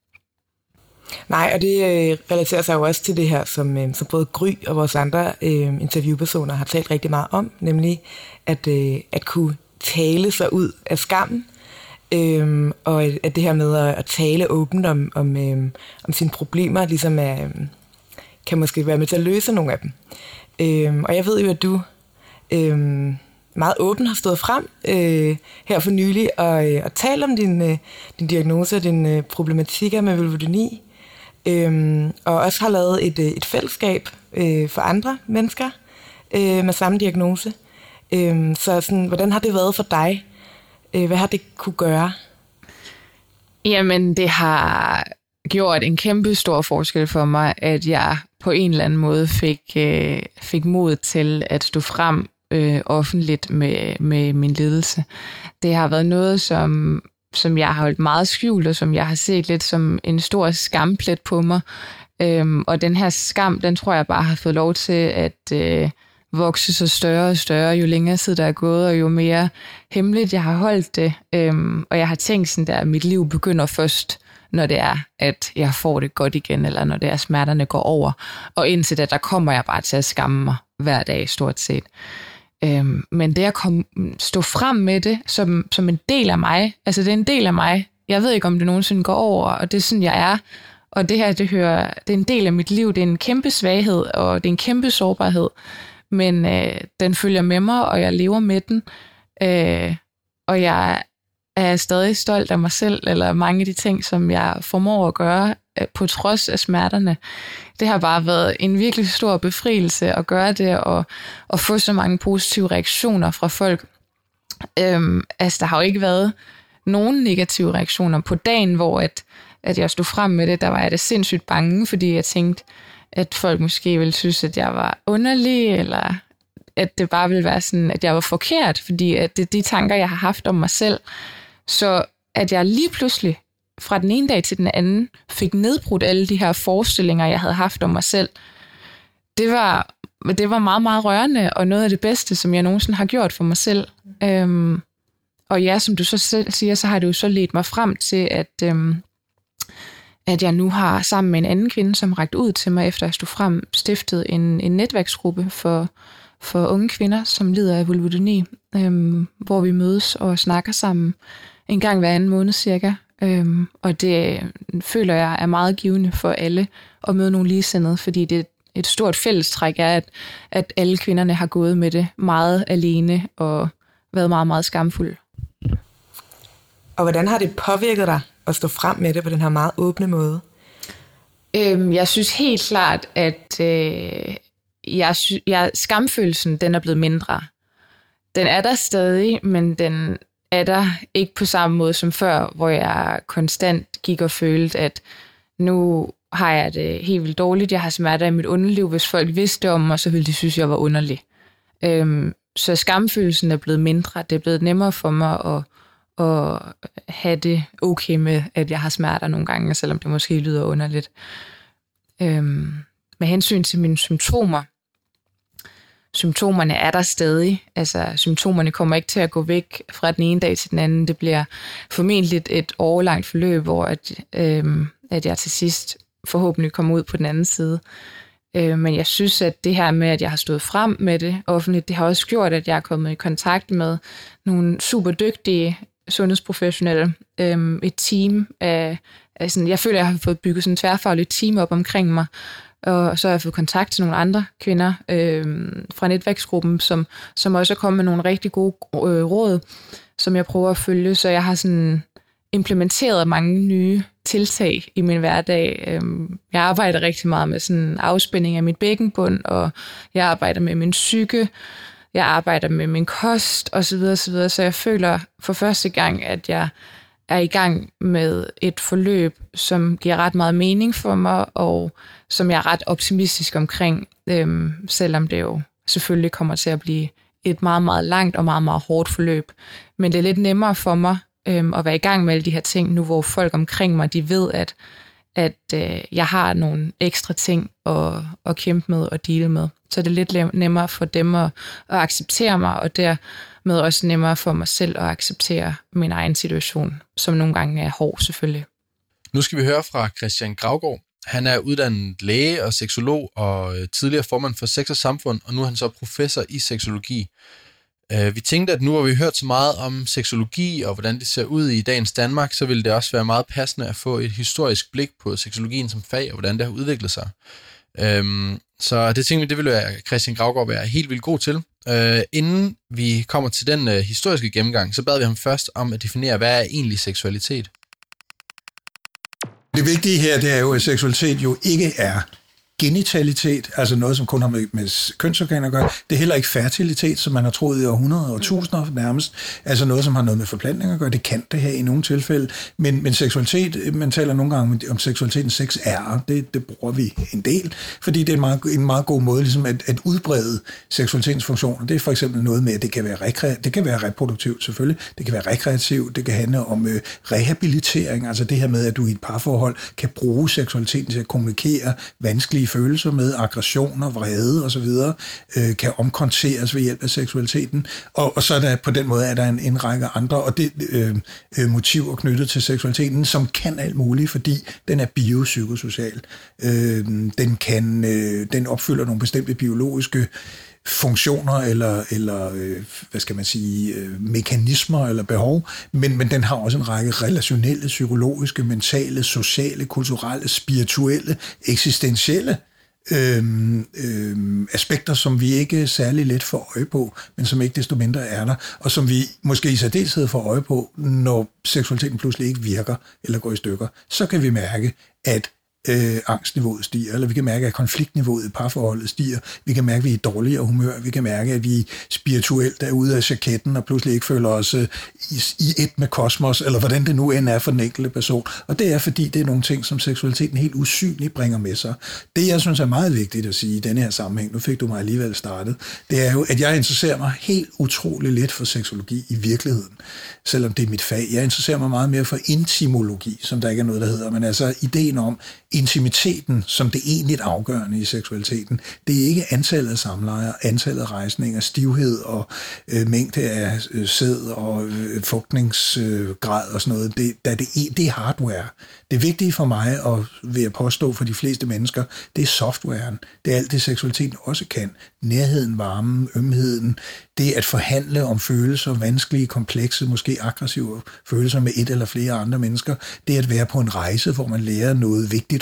Nej, og det øh, relaterer sig jo også til det her, som, øh, som både Gry og vores andre øh, interviewpersoner har talt rigtig meget om, nemlig at, øh, at kunne tale sig ud af skammen, øhm, og at det her med at, at tale åbent om, om, øhm, om sine problemer, ligesom er, øhm, kan måske være med til at løse nogle af dem. Øhm, og jeg ved jo, at du øhm, meget åbent har stået frem øh, her for nylig og, øh, og talt om din, øh, din diagnose og dine øh, problematikker med vulvodyni, øhm, og også har lavet et, øh, et fællesskab øh, for andre mennesker øh, med samme diagnose. Øhm, så sådan, hvordan har det været for dig? Øh, hvad har det kunne gøre? Jamen, det har gjort en kæmpe stor forskel for mig, at jeg på en eller anden måde fik, øh, fik mod til at stå frem øh, offentligt med, med min lidelse. Det har været noget, som, som jeg har holdt meget skjult, og som jeg har set lidt som en stor skamplet på mig. Øhm, og den her skam, den tror jeg bare har fået lov til at øh, vokse så større og større, jo længere tid der er gået, og jo mere hemmeligt jeg har holdt det. Øhm, og jeg har tænkt sådan der, at mit liv begynder først, når det er, at jeg får det godt igen, eller når det er, at smerterne går over. Og indtil da, der kommer jeg bare til at skamme mig hver dag, stort set. Øhm, men det at komme, stå frem med det, som, som en del af mig, altså det er en del af mig. Jeg ved ikke, om det nogensinde går over, og det er sådan, jeg er. Og det her, det hører, det er en del af mit liv. Det er en kæmpe svaghed, og det er en kæmpe sårbarhed. Men øh, den følger med mig, og jeg lever med den. Øh, og jeg er stadig stolt af mig selv, eller mange af de ting, som jeg formår at gøre, øh, på trods af smerterne. Det har bare været en virkelig stor befrielse at gøre det, og, og få så mange positive reaktioner fra folk. Øh, altså, der har jo ikke været nogen negative reaktioner på dagen, hvor at, at jeg stod frem med det. Der var jeg da sindssygt bange, fordi jeg tænkte, at folk måske ville synes, at jeg var underlig, eller at det bare ville være sådan, at jeg var forkert, fordi at det er de tanker, jeg har haft om mig selv. Så at jeg lige pludselig fra den ene dag til den anden fik nedbrudt alle de her forestillinger, jeg havde haft om mig selv, det var, det var meget, meget rørende, og noget af det bedste, som jeg nogensinde har gjort for mig selv. Øhm, og ja, som du så selv siger, så har det jo så ledt mig frem til, at øhm, at jeg nu har sammen med en anden kvinde, som rakte ud til mig, efter jeg stod frem, stiftet en, en netværksgruppe for, for unge kvinder, som lider af vulvodyni, øhm, hvor vi mødes og snakker sammen en gang hver anden måned cirka. Øhm, og det føler jeg er meget givende for alle at møde nogle ligesindede, fordi det et stort fællestræk er, at, at alle kvinderne har gået med det meget alene og været meget, meget skamfulde. Og hvordan har det påvirket dig at stå frem med det på den her meget åbne måde? Øhm, jeg synes helt klart, at øh, jeg, sy- jeg, skamfølelsen den er blevet mindre. Den er der stadig, men den er der ikke på samme måde som før, hvor jeg konstant gik og følte, at nu har jeg det helt vildt dårligt. Jeg har smerter i mit underliv. Hvis folk vidste om mig, så ville de synes, jeg var underlig. Øhm, så skamfølelsen er blevet mindre. Det er blevet nemmere for mig at, at have det okay med, at jeg har smerter nogle gange, selvom det måske lyder underligt. Øhm, med hensyn til mine symptomer, symptomerne er der stadig. Altså, symptomerne kommer ikke til at gå væk fra den ene dag til den anden. Det bliver formentlig et årelangt forløb, hvor at, øhm, at jeg til sidst forhåbentlig kommer ud på den anden side. Øh, men jeg synes, at det her med, at jeg har stået frem med det offentligt, det har også gjort, at jeg er kommet i kontakt med nogle super dygtige sundhedsprofessionelle. Øh, et team af, af sådan, jeg føler, at jeg har fået bygget sådan et tværfagligt team op omkring mig, og så har jeg fået kontakt til nogle andre kvinder øh, fra netværksgruppen, som, som også er kommet med nogle rigtig gode øh, råd, som jeg prøver at følge, så jeg har sådan implementeret mange nye tiltag i min hverdag. Jeg arbejder rigtig meget med sådan afspænding af mit bækkenbund, og jeg arbejder med min psyke, jeg arbejder med min kost osv. osv. Så jeg føler for første gang, at jeg er i gang med et forløb, som giver ret meget mening for mig, og som jeg er ret optimistisk omkring, øhm, selvom det jo selvfølgelig kommer til at blive et meget, meget langt og meget, meget hårdt forløb. Men det er lidt nemmere for mig øhm, at være i gang med alle de her ting, nu hvor folk omkring mig, de ved, at, at øh, jeg har nogle ekstra ting at, at kæmpe med og dele med. Så det er lidt nemmere for dem at, at acceptere mig, og dermed også nemmere for mig selv at acceptere min egen situation, som nogle gange er hård selvfølgelig. Nu skal vi høre fra Christian Gravgaard. Han er uddannet læge og seksolog og tidligere formand for Sex og Samfund, og nu er han så professor i seksologi. Vi tænkte, at nu hvor vi hørt så meget om seksologi og hvordan det ser ud i dagens Danmark, så ville det også være meget passende at få et historisk blik på seksologien som fag og hvordan det har udviklet sig. Så det tænkte vi, det ville være Christian Gravgaard være helt vildt god til. Inden vi kommer til den historiske gennemgang, så bad vi ham først om at definere, hvad er egentlig seksualitet? Det vigtige her, det er jo, at seksualitet jo ikke er genitalitet, altså noget, som kun har med, med kønsorganer at gøre. Det er heller ikke fertilitet, som man har troet i århundreder og tusinder nærmest. Altså noget, som har noget med forplantning at gøre. Det kan det have i nogle tilfælde. Men, men seksualitet, man taler nogle gange om seksualiteten sex er, det, det bruger vi en del, fordi det er en meget, en meget god måde ligesom at, at udbrede seksualitetens funktioner. Det er for eksempel noget med, at det kan være, rekre, det kan være reproduktivt selvfølgelig, det kan være rekreativt, det kan handle om øh, rehabilitering, altså det her med, at du i et parforhold kan bruge seksualiteten til at kommunikere vanskelige følelser med, aggressioner, vrede osv., øh, kan omkonteres ved hjælp af seksualiteten. Og, og så er der på den måde er der en, en række andre og det, øh, øh, motiver knyttet til seksualiteten, som kan alt muligt, fordi den er biopsykosocial. Øh, den, kan, øh, den opfylder nogle bestemte biologiske funktioner eller, eller øh, hvad skal man sige, øh, mekanismer eller behov, men, men den har også en række relationelle, psykologiske, mentale, sociale, kulturelle, spirituelle, eksistentielle øh, øh, aspekter, som vi ikke særlig let får øje på, men som ikke desto mindre er der, og som vi måske i særdeleshed får øje på, når seksualiteten pludselig ikke virker eller går i stykker. Så kan vi mærke, at Øh, angstniveauet stiger, eller vi kan mærke, at konfliktniveauet i parforholdet stiger, vi kan mærke, at vi er i dårligere humør, vi kan mærke, at vi spirituelt er ude af jaketten, og pludselig ikke føler os øh, i, i et med kosmos, eller hvordan det nu end er for den enkelte person. Og det er, fordi det er nogle ting, som seksualiteten helt usynligt bringer med sig. Det, jeg synes er meget vigtigt at sige i denne her sammenhæng, nu fik du mig alligevel startet, det er jo, at jeg interesserer mig helt utrolig lidt for seksologi i virkeligheden, selvom det er mit fag. Jeg interesserer mig meget mere for intimologi, som der ikke er noget, der hedder, men altså ideen om intimiteten som det egentlig afgørende i seksualiteten. Det er ikke antallet af samlejer, antallet af rejsninger, stivhed og øh, mængde af øh, sæd og øh, fugtningsgrad øh, og sådan noget. Det, det, det er hardware. Det vigtige for mig, og vil jeg påstå for de fleste mennesker, det er softwaren. Det er alt det, seksualiteten også kan. Nærheden, varmen, ømheden, det at forhandle om følelser, vanskelige, komplekse, måske aggressive følelser med et eller flere andre mennesker. Det at være på en rejse, hvor man lærer noget vigtigt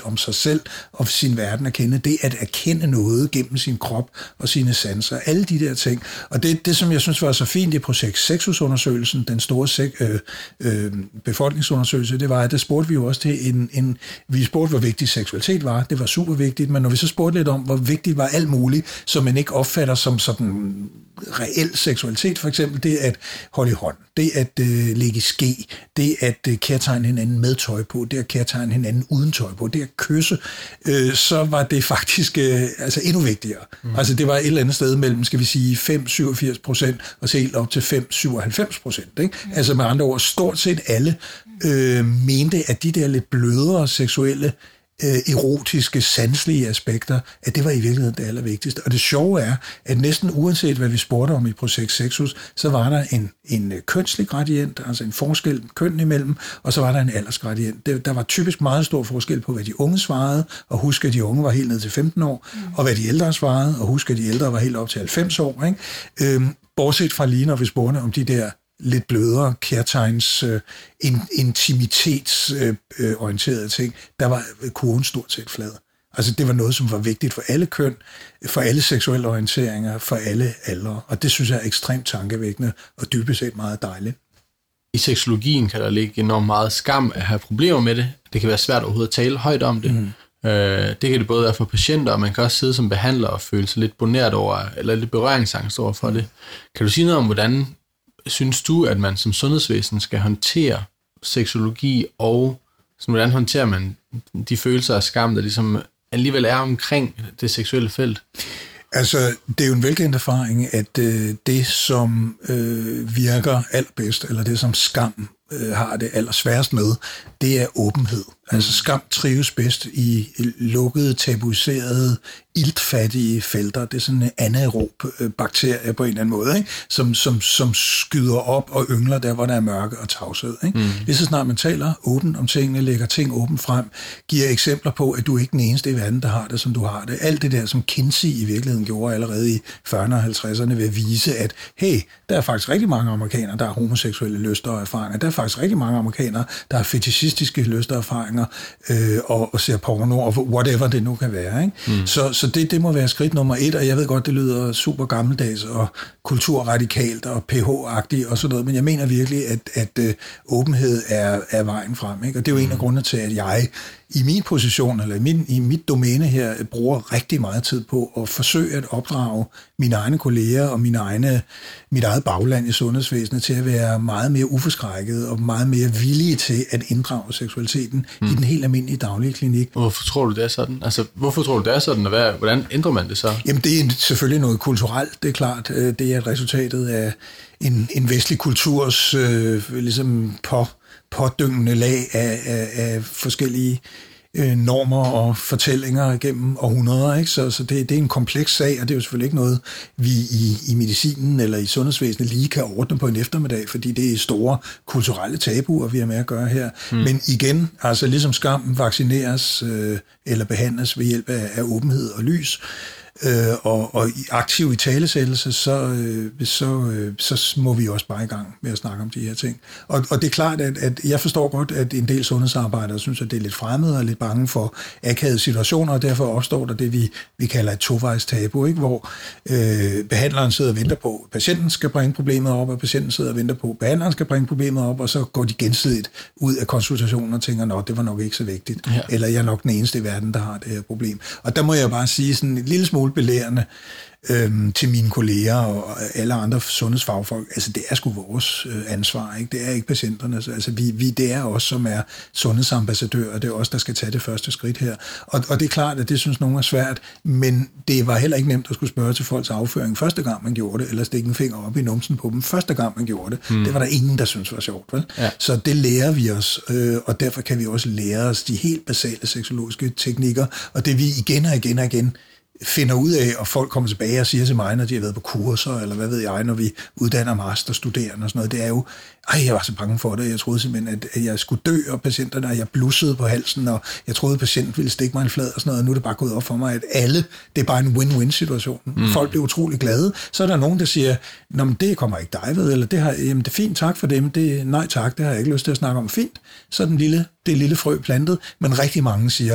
om sig selv og sin verden at kende, det at erkende noget gennem sin krop og sine sanser, alle de der ting. Og det, det som jeg synes var så fint i projekt Sexus-undersøgelsen, den store sek- øh, øh, befolkningsundersøgelse, det var, at der spurgte vi jo også til en, en vi spurgte, hvor vigtig seksualitet var, det var super vigtigt, men når vi så spurgte lidt om, hvor vigtigt var alt muligt, som man ikke opfatter som sådan reel seksualitet, for eksempel det at holde i hånd, det at øh, lægge ske, det at øh, kærtegne hinanden med tøj på, det at kærtegne hinanden uden tøj på, det at kysse, øh, så var det faktisk øh, altså endnu vigtigere. Mm. Altså det var et eller andet sted mellem, skal vi sige, fem til syvogfirs procent og så helt op til fem til syvoghalvfems procent. Ikke? Mm. Altså med andre ord, stort set alle øh, mente, at de der lidt blødere seksuelle erotiske, sanselige aspekter, at det var i virkeligheden det allervigtigste. Og det sjove er, at næsten uanset hvad vi spurgte om i projekt Sexus, så var der en, en kønslig gradient, altså en forskel køn imellem, og så var der en aldersgradient. Det, der var typisk meget stor forskel på, hvad de unge svarede, og husk, at de unge var helt ned til femten år, mm. og hvad de ældre svarede, og husk, at de ældre var helt op til halvfems år. Ikke? Øhm, bortset fra lige, når vi spurgte om de der lidt blødere kærtegns øh, in, intimitetsorienterede øh, ting, der var kurven stort set flad. Altså det var noget, som var vigtigt for alle køn, for alle seksuelle orienteringer, for alle aldre. Og det synes jeg er ekstremt tankevækkende og dybest set meget dejligt. I seksologien kan der ligge enormt meget skam at have problemer med det. Det kan være svært overhovedet at tale højt om det. Mm. Øh, det kan det både være for patienter, og man kan også sidde som behandler og føle sig lidt boneret over, eller lidt berøringsangst over for det. Kan du sige noget om, hvordan synes du, at man som sundhedsvæsen skal håndtere seksologi, og sådan, hvordan håndterer man de følelser af skam, der ligesom alligevel er omkring det seksuelle felt? Altså, det er jo en velkendt erfaring, at øh, det, som øh, virker allerbedst, eller det, som skam øh, har det allersværest med, det er åbenhed. Altså, skam trives bedst i lukkede, tabuiserede, iltfattige felter. Det er sådan en anaerob bakterie på en eller anden måde, ikke? Som, som, som skyder op og yngler der, hvor der er mørke og tavshed. Ikke? Mm. Lige så snart man taler åbent om tingene, lægger ting åbent frem, giver eksempler på, at du er ikke den eneste i verden, der har det, som du har det. Alt det der, som Kinsey i virkeligheden gjorde allerede i fyrrerne og halvtredserne, ved at vise, at hey, der er faktisk rigtig mange amerikanere, der har homoseksuelle lyster og erfaringer. Der er faktisk rigtig mange amerikanere, der har fetishistiske lyster og erfaringer, øh, og, og ser porno, og whatever det nu kan være. Ikke? Mm. Så, så det, det må være skridt nummer et, og jeg ved godt, det lyder super gammeldags og kulturradikalt og P H-agtigt og sådan noget, men jeg mener virkelig, at, at øh, åbenhed er, er vejen frem. Ikke? Og det er jo mm. en af grundene til, at jeg i min position, eller i, min, i mit domæne her, bruger rigtig meget tid på at forsøge at opdrage mine egne kolleger og mine egne, mit eget bagland i sundhedsvæsenet til at være meget mere uforskrækket og meget mere villige til at inddrage seksualiteten mm. i den helt almindelige daglige klinik. Hvorfor tror du, det er sådan? Altså, hvorfor tror du, det er sådan, og hvad, hvordan ændrer man det så? Jamen, det er selvfølgelig noget kulturelt, det er klart. Det er et resultatet af en, en vestlig kulturs øh, ligesom på pådyngende lag af, af, af forskellige øh, normer og fortællinger gennem århundreder. Ikke? Så, så det, det er en kompleks sag, og det er jo selvfølgelig ikke noget, vi i, i medicinen eller i sundhedsvæsenet lige kan ordne på en eftermiddag, fordi det er store kulturelle tabuer, vi har med at gøre her. Mm. Men igen, altså ligesom skam vaccineres øh, eller behandles ved hjælp af, af åbenhed og lys, Øh, og, og i aktiv italesættelse, så, øh, så, øh, så må vi også bare i gang med at snakke om de her ting. Og, og det er klart, at, at jeg forstår godt, at en del sundhedsarbejdere synes, at det er lidt fremmed og lidt bange for akavede situationer, og derfor opstår der det, vi, vi kalder et tovejs tabu, ikke? Hvor øh, behandleren sidder og venter på, at patienten skal bringe problemet op, og patienten sidder og venter på, at behandleren skal bringe problemet op, og så går de gensidigt ud af konsultationen og tænker, nå, det var nok ikke så vigtigt, ja. Eller jeg er nok den eneste i verden, der har det her problem. Og der må jeg bare sige sådan en lille smule belærende øhm, til mine kolleger og alle andre sundhedsfagfolk. Altså, det er sgu vores øh, ansvar, ikke? Det er ikke patienternes. Altså, vi, vi, det er os, som er sundhedsambassadører, det er os, der skal tage det første skridt her. Og, og det er klart, at det synes nogen er svært, men det var heller ikke nemt at skulle spørge til folks afføring første gang, man gjorde det, eller stikke en finger op i numsen på dem første gang, man gjorde det. Hmm. Det var der ingen, der synes var sjovt, vel? Ja. Så det lærer vi os, øh, og derfor kan vi også lære os de helt basale seksologiske teknikker, og det vi igen og igen og igen finder ud af, og folk kommer tilbage og siger til mig, når de har været på kurser, eller hvad ved jeg, når vi uddanner masterstuderende og sådan noget, det er jo, ej, jeg var så bange for det, jeg troede simpelthen, at jeg skulle dø, og patienterne, og jeg blussede på halsen, og jeg troede, at patienten ville stikke mig en flad og sådan noget, og nu er det bare gået op for mig, at alle, det er bare en win-win situation. Mm. Folk bliver utrolig glade. Så er der nogen, der siger, nå, men det kommer ikke dig ved, eller det, har, jamen, det er fint, tak for det, men det, nej tak, det har jeg ikke lyst til at snakke om. Fint, så er den lille, det lille frø plantet, men rigtig mange siger,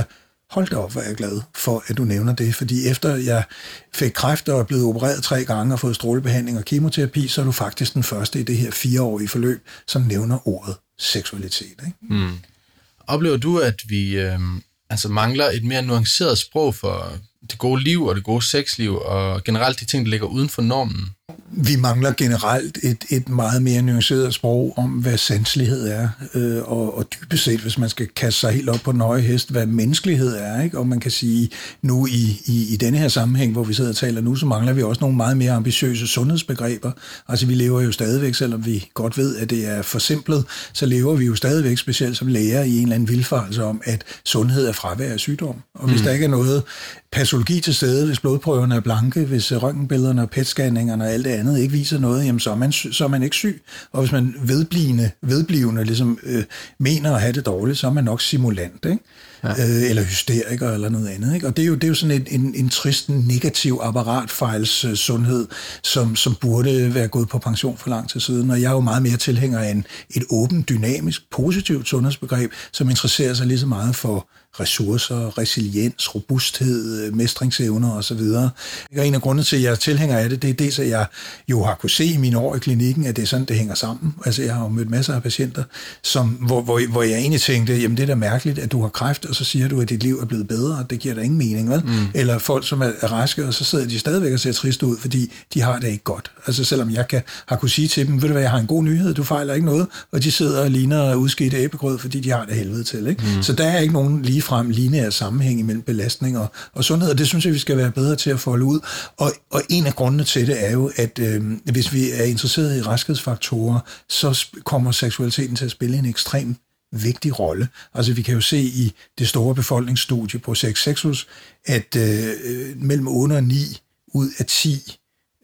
Hold da op, hvor er jeg glad for, at du nævner det, fordi efter jeg fik kræft og er blevet opereret tre gange og fået strålebehandling og kemoterapi, så er du faktisk den første i det her fireårige forløb, som nævner ordet seksualitet. Ikke? Mm. Oplever du, at vi øh, altså mangler et mere nuanceret sprog for det gode liv og det gode sexliv, og generelt de ting, der ligger uden for normen? Vi mangler generelt et, et meget mere nuanceret sprog om, hvad sanselighed er, øh, og, og dybest set, hvis man skal kaste sig helt op på den høje hest, hvad menneskelighed er, ikke? Og man kan sige, nu i, i, i denne her sammenhæng, hvor vi sidder og taler nu, så mangler vi også nogle meget mere ambitiøse sundhedsbegreber. Altså vi lever jo stadigvæk, selvom vi godt ved, at det er forsimplet, så lever vi jo stadigvæk, specielt som læger, i en eller anden vildfarelse om, at sundhed er fravær af sygdom. Og hvis mm. der ikke er noget patologi til stede, hvis blodprøverne er blanke, hvis røntgenbillederne og P E T-scanningerne og alt det andet ikke viser noget, jamen så er man, så er man ikke syg. Og hvis man vedblivende, vedblivende ligesom, øh, mener at have det dårligt, så er man nok simulant, ikke? Ja. Øh, eller hysteriker eller noget andet. Ikke? Og det er jo, det er jo sådan en, en, en trist, negativ apparatfejls øh, sundhed, som, som burde være gået på pension for lang tid siden. Og jeg er jo meget mere tilhænger af en, et åbent, dynamisk, positivt sundhedsbegreb, som interesserer sig lige så meget for ressourcer, resiliens, robusthed, mestringsevner osv. Og en af grundene til, at jeg er tilhænger af det, det er dels, at jeg jo har kunne se i mine år i klinikken, at det er sådan, det hænger sammen. Altså, jeg har jo mødt masser af patienter, som, hvor, hvor, hvor jeg egentlig tænkte, jamen det er da mærkeligt, at du har kræft, og så siger du, at dit liv er blevet bedre, og det giver da ingen mening, vel? Mm. Eller folk, som er raske, og så sidder de stadigvæk og ser trist ud, fordi de har det ikke godt. Altså, selvom jeg kan, har kunne sige til dem, ved du hvad, jeg har en god nyhed, du fejler ikke noget, og de sidder og ligner udskidte æblegrød, fordi de har det helvede til, ikke? Mm. Så der er ikke nogen ligefrem lineær sammenhæng imellem belastning og, og sundhed, og det synes jeg, vi skal være bedre til at folde ud. Og, og en af grundene til det er jo, at øh, hvis vi er interesseret i raskhedsfaktorer, så kommer seksualiteten til at spille en ekstrem vigtig rolle. Altså vi kan jo se i det store befolkningsstudie på Sex Sexus, at øh, mellem otte og ni ud af ti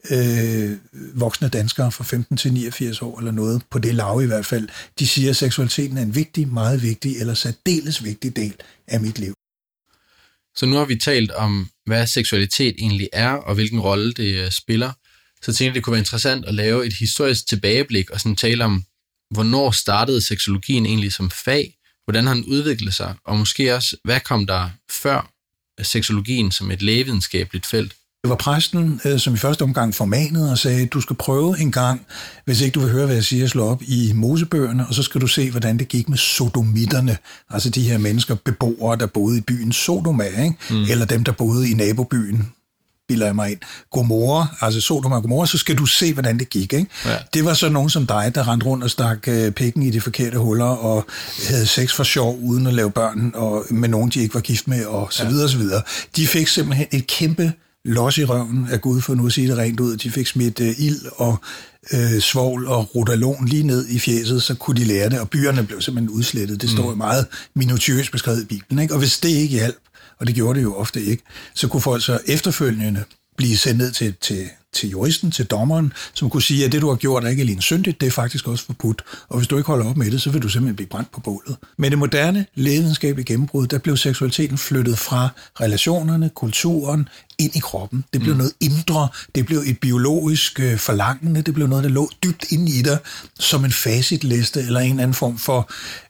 øh, voksne danskere fra femten til niogfirs år, eller noget på det lav i hvert fald, de siger, at seksualiteten er en vigtig, meget vigtig, eller særdeles vigtig del af mit liv. Så nu har vi talt om, hvad seksualitet egentlig er, og hvilken rolle det spiller. Så tænkte jeg, det kunne være interessant at lave et historisk tilbageblik, og sådan tale om, hvornår startede seksologien egentlig som fag, hvordan har den udviklet sig, og måske også, hvad kom der før seksologien som et lægevidenskabeligt felt? Det var præsten, som i første omgang formanede og sagde, du skal prøve en gang, hvis ikke du vil høre, hvad jeg siger, slå op i Mosebøgerne, og så skal du se, hvordan det gik med sodomitterne, altså de her mennesker, beboere, der boede i byen Sodoma, ikke? Mm. Eller dem, der boede i nabobyen, bilder jeg mig ind, Gomorra, altså Sodoma og Gomorra, så skal du se, hvordan det gik. Ikke? Ja. Det var så nogen som dig, der rendte rundt og stak øh, pikken i de forkerte huller, og havde sex for sjov, uden at lave børn, og med nogen, de ikke var gift med, og så videre, ja. så videre. De fik simpelthen et kæmpe los i røven af Gud, for nu at sige det rent ud. De fik smidt øh, ild og øh, svovl og rotalon lige ned i fjeset, så kunne de lære det, og byerne blev simpelthen udslettet. Det står mm. meget minutiøst beskrevet i Bibelen. Ikke? Og hvis det ikke hjalp, og det gjorde det jo ofte ikke, så kunne folk så efterfølgende blive sendt ned til, til, til juristen, til dommeren, som kunne sige, at det, du har gjort, er ikke alene syndigt, det er faktisk også forbudt. Og hvis du ikke holder op med det, så vil du simpelthen blive brændt på bålet. Med det moderne lægevidenskabelige gennembrud, der blev seksualiteten flyttet fra relationerne, kulturen, ind i kroppen. Det blev mm. noget indre, det blev et biologisk øh, forlangende, det blev noget, der lå dybt inde i dig, som en facitliste, eller en anden form for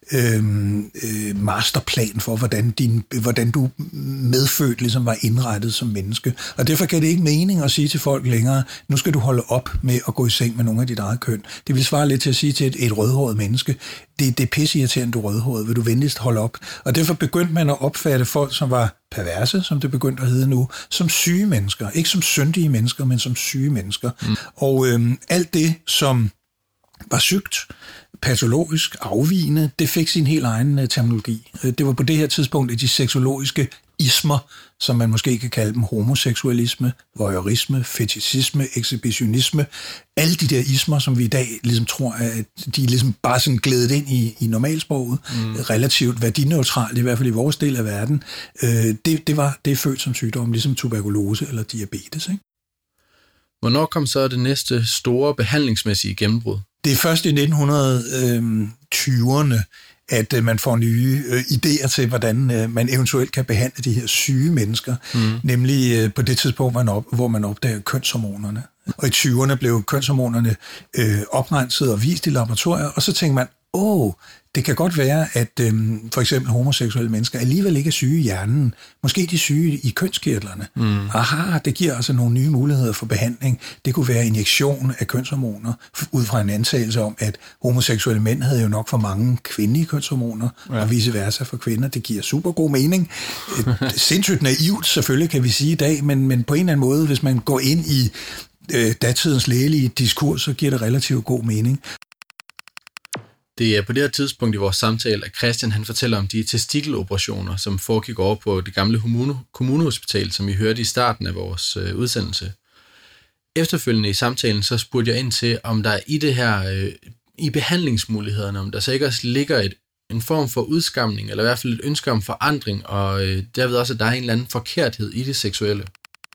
Øhm, øh, masterplan for, hvordan, din, hvordan du medfødt ligesom var indrettet som menneske. Og derfor kan det ikke mening at sige til folk længere, nu skal du holde op med at gå i seng med nogle af dit eget køn. Det vil svare lidt til at sige til et, et rødhåret menneske, det, det er pisseirriterende, du er rødhåret, vil du venligst holde op? Og derfor begyndte man at opfatte folk, som var perverse, som det begyndte at hedde nu, som syge mennesker. Ikke som syndige mennesker, men som syge mennesker. Mm. Og øhm, alt det, som var sygt, patologisk, afvigende, det fik sin helt egen uh, terminologi. Det var på det her tidspunkt, at de seksologiske ismer, som man måske kan kalde dem, homoseksualisme, voyeurisme, fetishisme, ekshibitionisme, alle de der ismer, som vi i dag ligesom tror, at de er ligesom bare sådan glædet ind i, i normalsproget, mm. relativt værdineutralt, i hvert fald i vores del af verden, øh, det, det, var, det er født som sygdom, ligesom tuberkulose eller diabetes. Ikke? Hvornår kom så det næste store behandlingsmæssige gennembrud? Det er først i nitten tyverne, at man får nye øh, idéer til, hvordan øh, man eventuelt kan behandle de her syge mennesker, mm. nemlig øh, på det tidspunkt, man op, hvor man opdager kønshormonerne. Og i tyverne blev kønshormonerne øh, oprenset og vist i laboratorier, og så tænkte man, åh, det kan godt være, at øhm, for eksempel homoseksuelle mennesker alligevel ikke er syge i hjernen. Måske de er syge i kønskirtlerne. Mm. Aha, det giver altså nogle nye muligheder for behandling. Det kunne være injektion af kønshormoner, ud fra en antagelse om, at homoseksuelle mænd havde jo nok for mange kvindelige kønshormoner, ja. Og vice versa for kvinder. Det giver super god mening. Sindssygt naivt, selvfølgelig kan vi sige i dag, men, men på en eller anden måde, hvis man går ind i øh, datidens lægelige diskurs, så giver det relativt god mening. Det er på det her tidspunkt i vores samtale, at Christian han fortæller om de testikeloperationer, som foregik over på det gamle kommunehospital, som I hørte i starten af vores øh, udsendelse. Efterfølgende i samtalen, så spurgte jeg ind til, om der i det her, øh, i behandlingsmulighederne, om der så ikke også ligger et, en form for udskamning, eller i hvert fald et ønske om forandring, og øh, derved også, at der er en eller anden forkerthed i det seksuelle.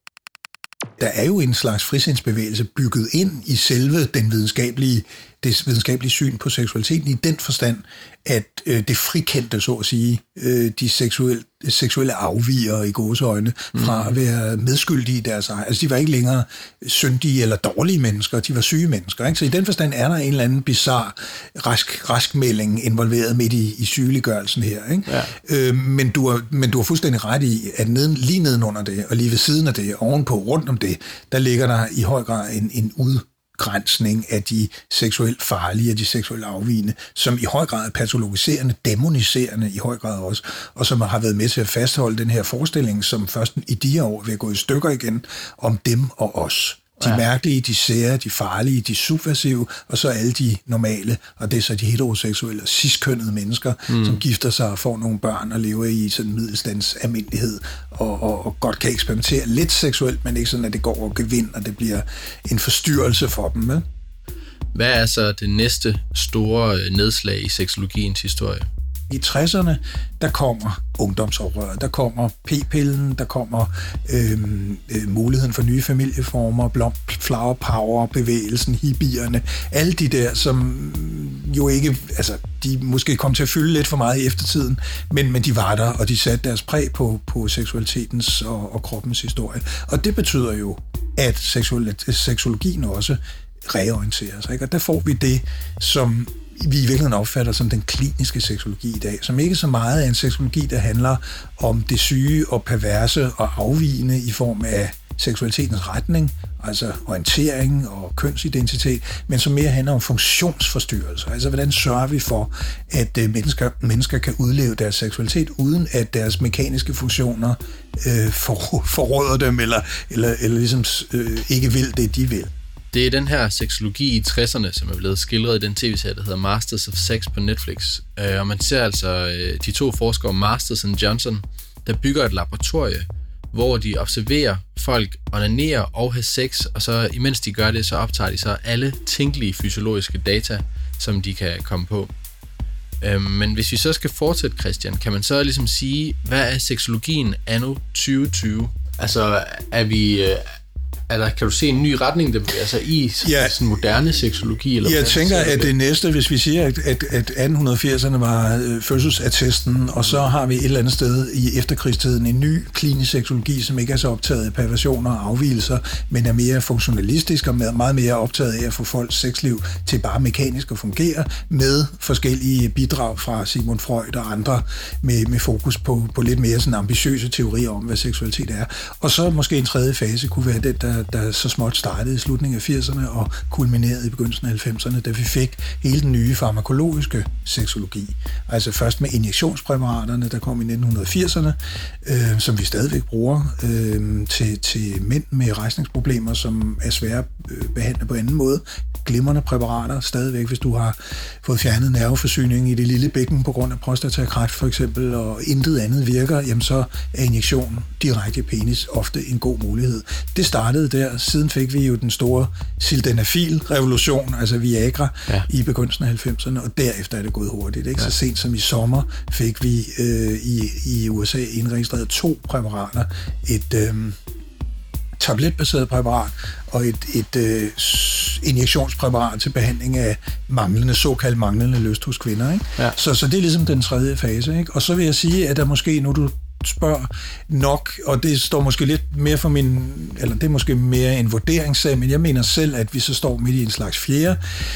Der er jo en slags frisindsbevægelse bygget ind i selve den videnskabelige, det videnskabelige syn på seksualiteten i den forstand, at øh, det frikendte, så at sige, øh, de seksuelle, seksuelle afviger i gåseøjne fra mm. at være medskyldige i deres egen. Altså, de var ikke længere syndige eller dårlige mennesker, de var syge mennesker. Ikke? Så i den forstand er der en eller anden bizarre rask, raskmelding involveret midt i, i sygeliggørelsen her. Ikke? Ja. Øh, men, du har, men du har fuldstændig ret i, at neden, lige nedenunder det, og lige ved siden af det, ovenpå, rundt om det, der ligger der i høj grad en, en ud grænsning af de seksuelt farlige og de seksuelt afvigende, som i høj grad er patologiserende, demoniserende i høj grad også, og som har været med til at fastholde den her forestilling, som først i de her år vil gå i stykker igen, om dem og os. De ja. mærkelige, de sære, de farlige, de subversive, og så alle de normale, og det er så de heteroseksuelle og ciskønnede mennesker, mm. som gifter sig og får nogle børn og lever i sådan middelstands almindelighed, og, og, og godt kan eksperimentere lidt seksuelt, men ikke sådan, at det går over gevind, og det bliver en forstyrrelse for dem. Med. Hvad er så det næste store nedslag i seksologiens historie? I tresserne, der kommer ungdomsoprøret, der kommer p-pillen, der kommer øh, øh, muligheden for nye familieformer, blom, flower power, bevægelsen, hippierne, alle de der, som jo ikke, altså de måske kom til at fylde lidt for meget i eftertiden, men, men de var der, og de satte deres præg på, på seksualitetens og, og kroppens historie. Og det betyder jo, at seksual, seksologien også reorienterer sig, ikke? Og der får vi det, som vi i virkeligheden opfatter som den kliniske seksologi i dag, som ikke så meget er en seksologi, der handler om det syge og perverse og afvigende i form af seksualitetens retning, altså orientering og kønsidentitet, men som mere handler om funktionsforstyrrelser. Altså, hvordan sørger vi for, at mennesker, mennesker kan udleve deres seksualitet, uden at deres mekaniske funktioner øh, for, forråder dem, eller, eller, eller ligesom øh, ikke vil det, de vil. Det er den her seksologi i tresserne, som er blevet skildret i den tv-serie, der hedder Masters of Sex på Netflix. Og man ser altså de to forskere, Masters og Johnson, der bygger et laboratorie, hvor de observerer folk onanere og have sex, og så imens de gør det, så optager de så alle tænkelige fysiologiske data, som de kan komme på. Men hvis vi så skal fortsætte, Christian, kan man så ligesom sige, hvad er seksologien anno tyve tyve? Altså, er vi... Er der, kan du se en ny retning, der bevæger sig i ja, sådan moderne seksologi? Eller jeg tænker, at det næste, hvis vi siger, at, at, at atten firserne var øh, fødselsattesten, og så har vi et eller andet sted i efterkrigstiden en ny klinisk seksologi, som ikke er så optaget af perversioner og afvigelser, men er mere funktionalistisk og meget mere optaget af at få folks sexliv til bare mekanisk at fungere, med forskellige bidrag fra Sigmund Freud og andre, med, med fokus på, på lidt mere sådan ambitiøse teorier om, hvad seksualitet er. Og så måske en tredje fase kunne være den, der der så småt startede i slutningen af firserne og kulminerede i begyndelsen af halvfemserne, da vi fik hele den nye farmakologiske seksologi. Altså først med injektionspræparaterne, der kom i nitten firserne, øh, som vi stadigvæk bruger øh, til, til mænd med rejsningsproblemer, som er svære at behandle på anden måde. Glimrende præparater stadigvæk, hvis du har fået fjernet nerveforsyning i det lille bækken på grund af prostatakræft for eksempel, og intet andet virker, jamen så er injektion direkte i penis ofte en god mulighed. Det startede der, siden fik vi jo den store sildenafil-revolution, altså Viagra, ja. i begyndelsen af halvfemserne, og derefter er det gået hurtigt. Ikke? Ja. Så sent som i sommer fik vi øh, i, i U S A indregistreret to præparater, et øh, tabletbaseret præparat og et, et øh, injektionspræparat til behandling af manglende, såkaldt manglende lyst hos kvinder. Ikke? Ja. Så, så det er ligesom den tredje fase. Ikke? Og så vil jeg sige, at der måske, nu du spørger, nok, og det står måske lidt mere for min, eller det er måske mere en vurderingssag, men jeg mener selv, at vi så står midt i en slags fjerde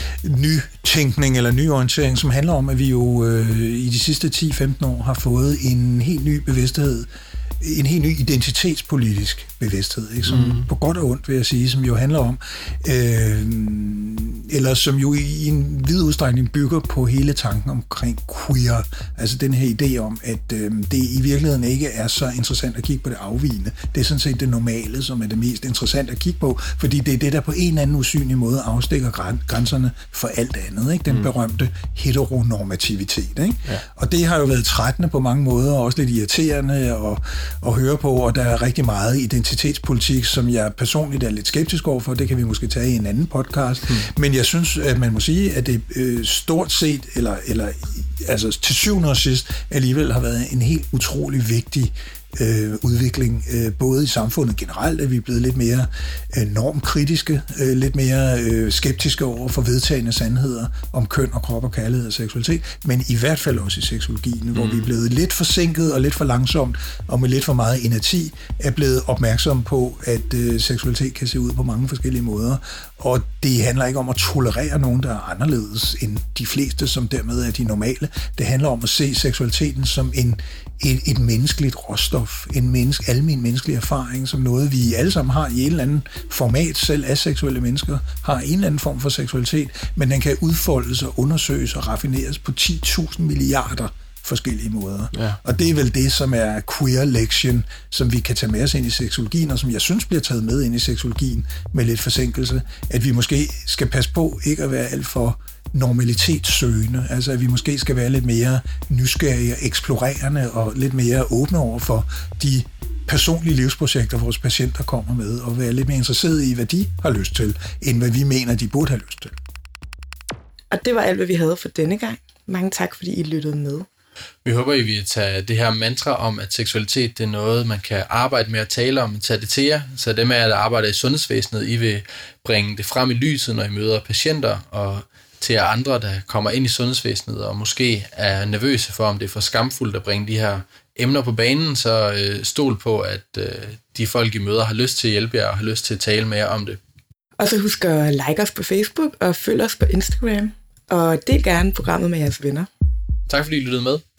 nytænkning eller nyorientering, som handler om, at vi jo øh, i de sidste ti til femten år har fået en helt ny bevidsthed, en helt ny identitetspolitisk bevidsthed, ikke? Som mm. på godt og ondt, vil jeg sige, som jo handler om, øh, eller som jo i en vid udstrækning bygger på hele tanken omkring queer, altså den her idé om, at øh, det i virkeligheden ikke er så interessant at kigge på det afvigende. Det er sådan set det normale, som er det mest interessant at kigge på, fordi det er det, der på en eller anden usynlig måde afstikker grænserne for alt andet, ikke? Den mm. berømte heteronormativitet, ikke? Ja. Og det har jo været trættende på mange måder, og også lidt irriterende og at høre på, og der er rigtig meget identitetspolitik, som jeg personligt er lidt skeptisk overfor. Det kan vi måske tage i en anden podcast. Mm. Men jeg synes, at man må sige, at det øh, stort set, eller, eller altså til syvende og sidst, alligevel har været en helt utrolig vigtig Øh, udvikling, øh, både i samfundet generelt, at vi er blevet lidt mere øh, normkritiske, øh, lidt mere øh, skeptiske over for vedtagne sandheder om køn og krop og kærlighed og seksualitet, men i hvert fald også i seksologien, mm. hvor vi er blevet lidt forsinket og lidt for langsomt, og med lidt for meget inerti, er blevet opmærksom på, at øh, seksualitet kan se ud på mange forskellige måder, og det handler ikke om at tolerere nogen, der er anderledes end de fleste, som dermed er de normale. Det handler om at se seksualiteten som en, et, et menneskeligt råstof, en menneske, almen menneskelig erfaring, som noget, vi alle sammen har i en eller anden format. Selv aseksuelle mennesker har en eller anden form for seksualitet, men den kan udfoldes og undersøges og raffineres på ti tusind milliarder forskellige måder. Ja. Og det er vel det, som er queer-lektion, som vi kan tage med os ind i seksologien, og som jeg synes bliver taget med ind i seksologien med lidt forsinkelse, at vi måske skal passe på ikke at være alt for normalitetssøgende, altså at vi måske skal være lidt mere nysgerrige, eksplorerende og lidt mere åbne over for de personlige livsprojekter, vores patienter kommer med, og være lidt mere interesseret i, hvad de har lyst til, end hvad vi mener, de burde have lyst til. Og det var alt, hvad vi havde for denne gang. Mange tak, fordi I lyttede med. Vi håber, I vil tage det her mantra om, at seksualitet det er noget, man kan arbejde med at tale om, tage det til jer. Så dem af jer, der arbejder i sundhedsvæsenet, I vil bringe det frem i lyset, når I møder patienter, og til jer andre, der kommer ind i sundhedsvæsenet, og måske er nervøse for, om det er for skamfuldt at bringe de her emner på banen, så øh, stol på, at øh, de folk, I møder, har lyst til at hjælpe jer, og har lyst til at tale med jer om det. Og så husk at like os på Facebook, og følg os på Instagram, og del gerne programmet med jeres venner. Tak fordi I lyttede med.